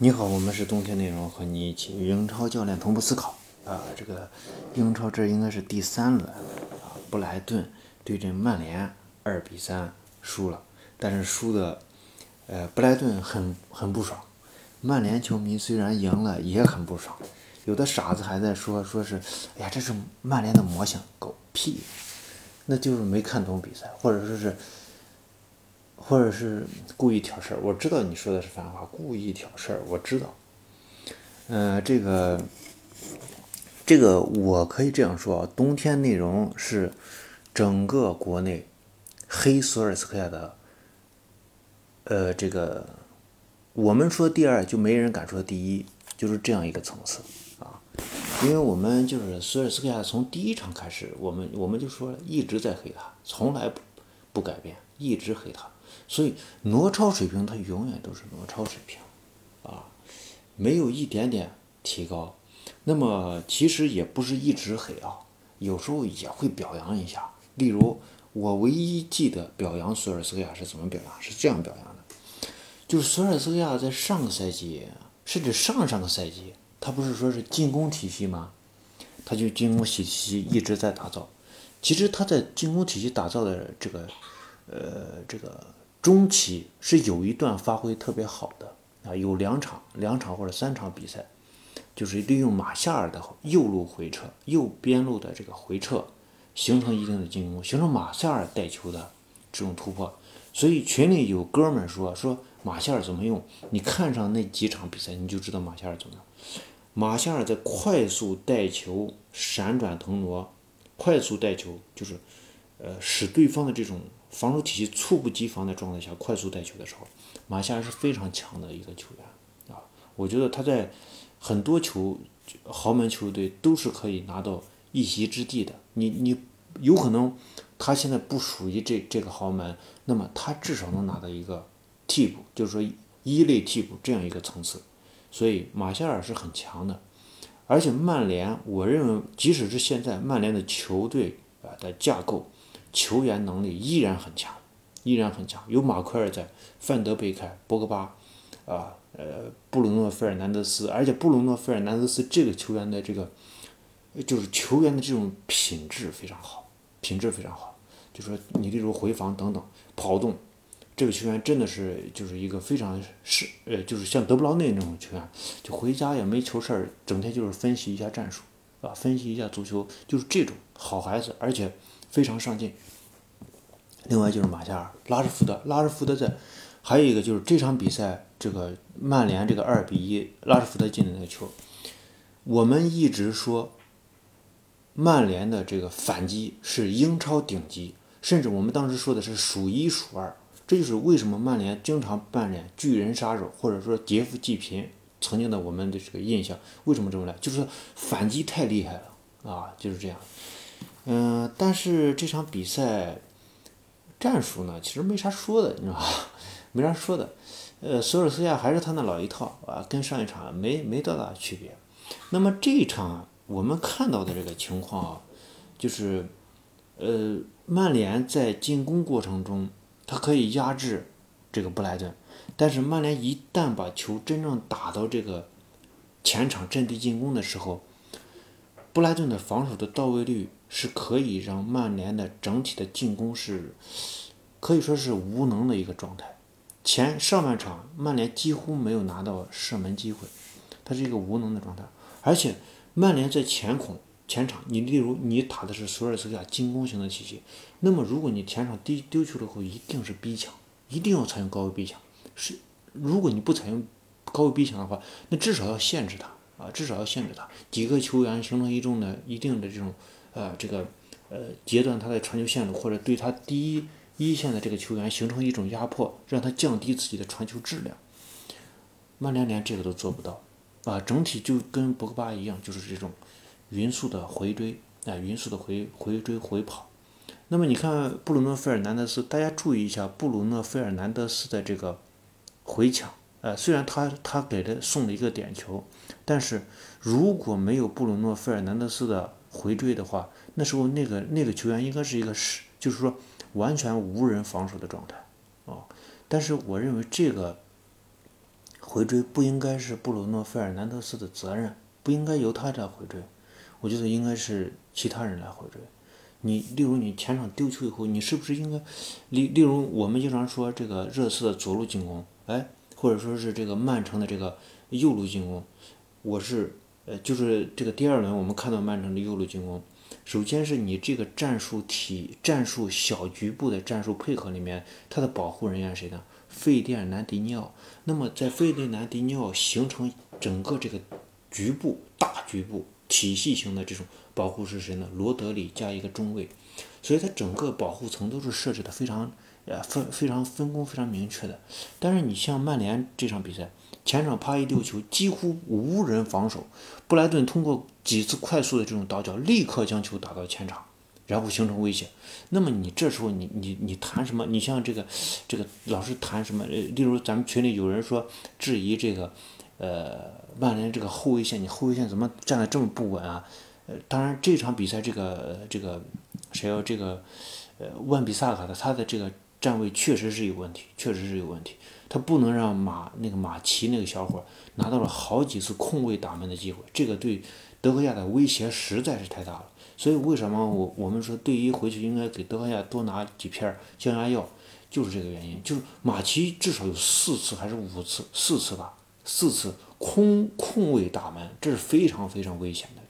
你好，我们是冬天内容，和你一起英超教练同步思考这个英超这应该是第3轮布莱顿对阵曼联2-3输了，但是输的布莱顿很不爽，曼联球迷虽然赢了也很不爽，有的傻子还在说是哎呀这是曼联的魔性，狗屁，那就是没看懂比赛，或者是故意挑事儿。我知道你说的是反话，故意挑事儿，我知道。这个我可以这样说，冬天内容是整个国内黑索尔斯克亚的，这个我们说第二就没人敢说第一，就是这样一个层次啊。因为我们就是索尔斯克亚从第一场开始，我们就说一直在黑他，从来不改变，一直黑他，所以挪超水平他永远都是挪超水平啊，没有一点点提高。那么其实也不是一直黑啊，有时候也会表扬一下。例如我唯一记得表扬索尔斯克亚是怎么表扬，是这样表扬的，就是索尔斯克亚在上个赛季甚至上上个赛季，他不是说是进攻体系吗？他就进攻体系一直在打造。其实他在进攻体系打造的这个中期是有一段发挥特别好的啊，有两场或者3场比赛，就是利用马夏尔的右路回撤，右边路的这个回撤，形成一定的进攻，形成马夏尔带球的这种突破。所以群里有哥们说马夏尔怎么用，你看上那几场比赛你就知道马夏尔怎么用。马夏尔在快速带球、闪转腾挪、快速带球，就是使对方的这种防守体系猝不及防的状态下快速带球的时候，马夏尔是非常强的一个球员啊。我觉得他在很多豪门球队都是可以拿到一席之地的。你有可能他现在不属于这个豪门，那么他至少能拿到一个替补，就是说一类替补这样一个层次。所以马夏尔是很强的，而且曼联，我认为即使是现在曼联的球队的架构，球员能力依然很强，有马奎尔在，范德贝凯、博格巴，布鲁诺·费尔南德斯，而且布鲁诺·费尔南德斯这个球员的就是球员的这种品质非常好，就说你例如回防等等跑动。这个球员真的是就是一个非常就是像德布劳内那种球员，就回家也没球事儿，整天就是分析一下战术，分析一下足球，就是这种好孩子，而且非常上进。另外就是马夏尔、拉什福德在，还有一个就是这场比赛，这个曼联这个2-1，拉什福德进的那个球，我们一直说曼联的这个反击是英超顶级，甚至我们当时说的是数1数2。这就是为什么曼联经常扮演巨人杀手，或者说劫富济贫，曾经的我们的这个印象。为什么这么来？就是说反击太厉害了啊，就是这样。但是这场比赛战术呢，其实没啥说的，你知道吧？没啥说的。索尔斯克亚还是他那老一套啊，跟上一场没多大区别。那么这一场我们看到的这个情况啊，就是曼联在进攻过程中，他可以压制这个布莱顿，但是曼联一旦把球真正打到这个前场阵地进攻的时候，布莱顿的防守的到位率是可以让曼联的整体的进攻是可以说是无能的一个状态。上半场曼联几乎没有拿到射门机会，它是一个无能的状态。而且曼联在前场，你例如你打的是索尔斯克亚进攻型的体系，那么如果你前场丢球了后，一定是逼抢，一定要采用高位逼抢。如果你不采用高位逼抢的话，那至少要限制他几个球员形成一定的这种截断他的传球线路，或者对他第一线的这个球员形成一种压迫，让他降低自己的传球质量。曼联连这个都做不到整体就跟博格巴一样，就是这种匀速的回追回跑。那么你看布鲁诺·费尔南德斯，大家注意一下布鲁诺·费尔南德斯的这个回抢，虽然他给他送了一个点球，但是如果没有布鲁诺·费尔南德斯的回追的话，那时候那个球员应该是一个就是说完全无人防守的状态但是我认为这个回追不应该是布鲁诺·费尔南德斯的责任，不应该由他来回追，我觉得应该是其他人来回追。例如你前场丢球以后，你是不是应该，例如我们经常说这个热刺的左路进攻，或者说是这个曼城的这个右路进攻，就是这个第二轮我们看到曼城的右路进攻，首先是你这个战术小局部的战术配合里面，它的保护人员谁呢？费迪尔南迪尼奥。那么在费迪尔南迪尼奥形成整个这个大局部体系型的这种保护是谁呢？罗德里加一个中卫，所以它整个保护层都是设置的非常分工非常明确的。但是你像曼联这场比赛，前场帕伊丢球几乎无人防守，布莱顿通过几次快速的这种倒脚，立刻将球打到前场，然后形成威胁。那么你这时候你谈什么？你像这个老是谈什么？例如咱们群里有人说质疑这个曼联这个后卫线，你后卫线怎么站得这么不稳啊？当然这场比赛谁要万比萨卡的他的这个站位确实是有问题，他不能让马奇那个小伙拿到了好几次空位打门的机会，这个对德赫亚的威胁实在是太大了。所以为什么我们说队医回去应该给德赫亚多拿几片降压药，就是这个原因。就是马奇至少有4次还是5次，4次吧，4次空位打门，这是非常非常危险的。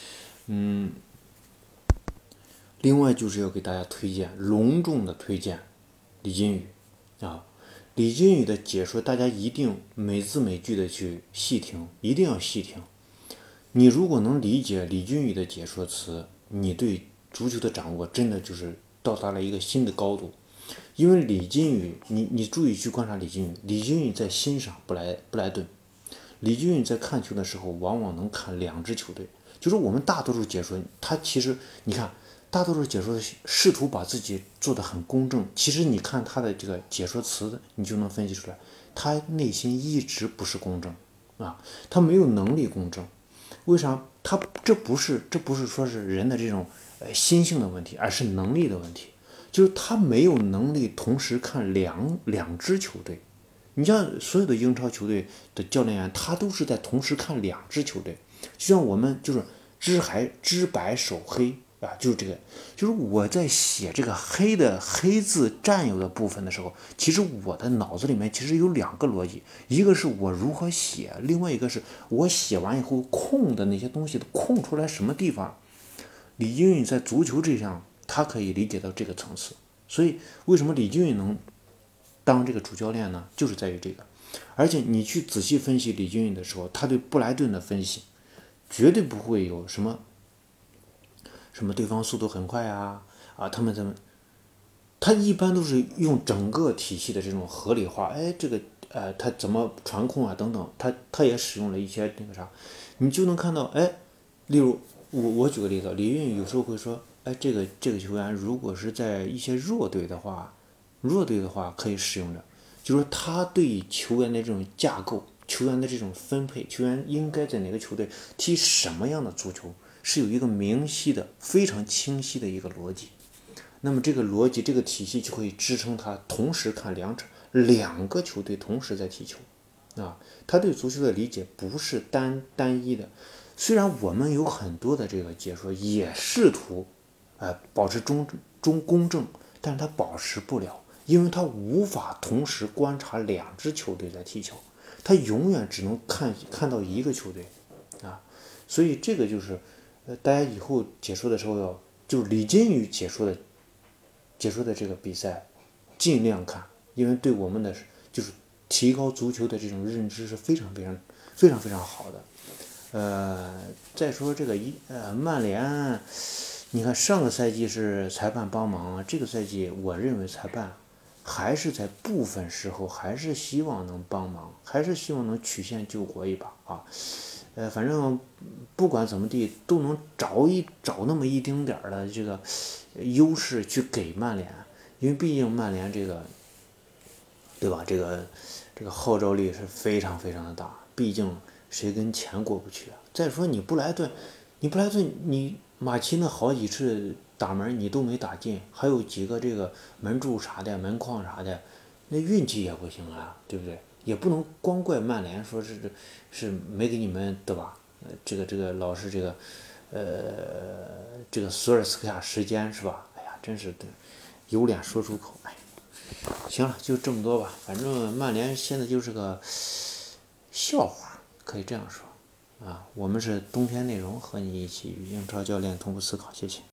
另外就是要给大家隆重的推荐李金羽啊，李金羽的解说大家一定每字每句的去细听，一定要细听。你如果能理解李金羽的解说词，你对足球的掌握真的就是到达了一个新的高度。因为李金羽，你注意去观察李金羽在欣赏布莱顿，李金羽在看球的时候往往能看2支球队。就是我们大多数解说，他其实你看，大多数解说试图把自己做得很公正，其实你看他的这个解说词，你就能分析出来，他内心一直不是公正啊，他没有能力公正。为啥？这不是说是人的这种心性的问题，而是能力的问题。就是他没有能力同时看两支球队。你像所有的英超球队的教练员，他都是在同时看2支球队。就像我们就是知白守黑啊，就是这个，就是我在写这个黑字占有的部分的时候，其实我的脑子里面其实有2个逻辑，一个是我如何写，另外一个是我写完以后空的那些东西空出来什么地方。李金羽在足球这项，他可以理解到这个层次，所以为什么李金羽能当这个主教练呢？就是在于这个。而且你去仔细分析李金羽的时候，他对布莱顿的分析绝对不会有什么对方速度很快他们他一般都是用整个体系的这种合理化，他怎么传控啊等等，他也使用了一些那个啥，你就能看到，例如我举个例子，李运有时候会说，这个球员如果是在一些弱队的话可以使用的，就是他对球员的这种架构、球员的这种分配、球员应该在哪个球队踢什么样的足球，是有一个明晰的、非常清晰的一个逻辑。那么这个逻辑、这个体系就可以支撑他同时看两个球队同时在踢球啊。他对足球的理解不是单一的。虽然我们有很多的这个解说也试图保持公正，但是他保持不了，因为他无法同时观察2支球队在踢球，他永远只能看到一个球队啊。所以这个就是大家以后解说的时候就是李金羽解说的这个比赛尽量看，因为对我们的就是提高足球的这种认知是非常好的。再说这个曼联，你看上个赛季是裁判帮忙，这个赛季我认为裁判还是在部分时候还是希望能帮忙，还是希望能曲线救国一把啊。反正不管怎么地都能找那么一丁点的这个优势去给曼联，因为毕竟曼联这个，对吧？这个号召力是非常的大，毕竟谁跟钱过不去啊？再说你布莱顿，你马奇那好几次打门你都没打进，还有几个这个门柱啥的、门框啥的，那运气也不行啊，对不对？ 也不能光怪曼联，说是没给你们对吧？这个老是这个索尔斯克亚时间是吧？哎呀，真是的，有脸说出口。哎，行了，就这么多吧。反正曼联现在就是个笑话，可以这样说啊。我们是冬天内容，和你一起与英超教练同步思考，谢谢。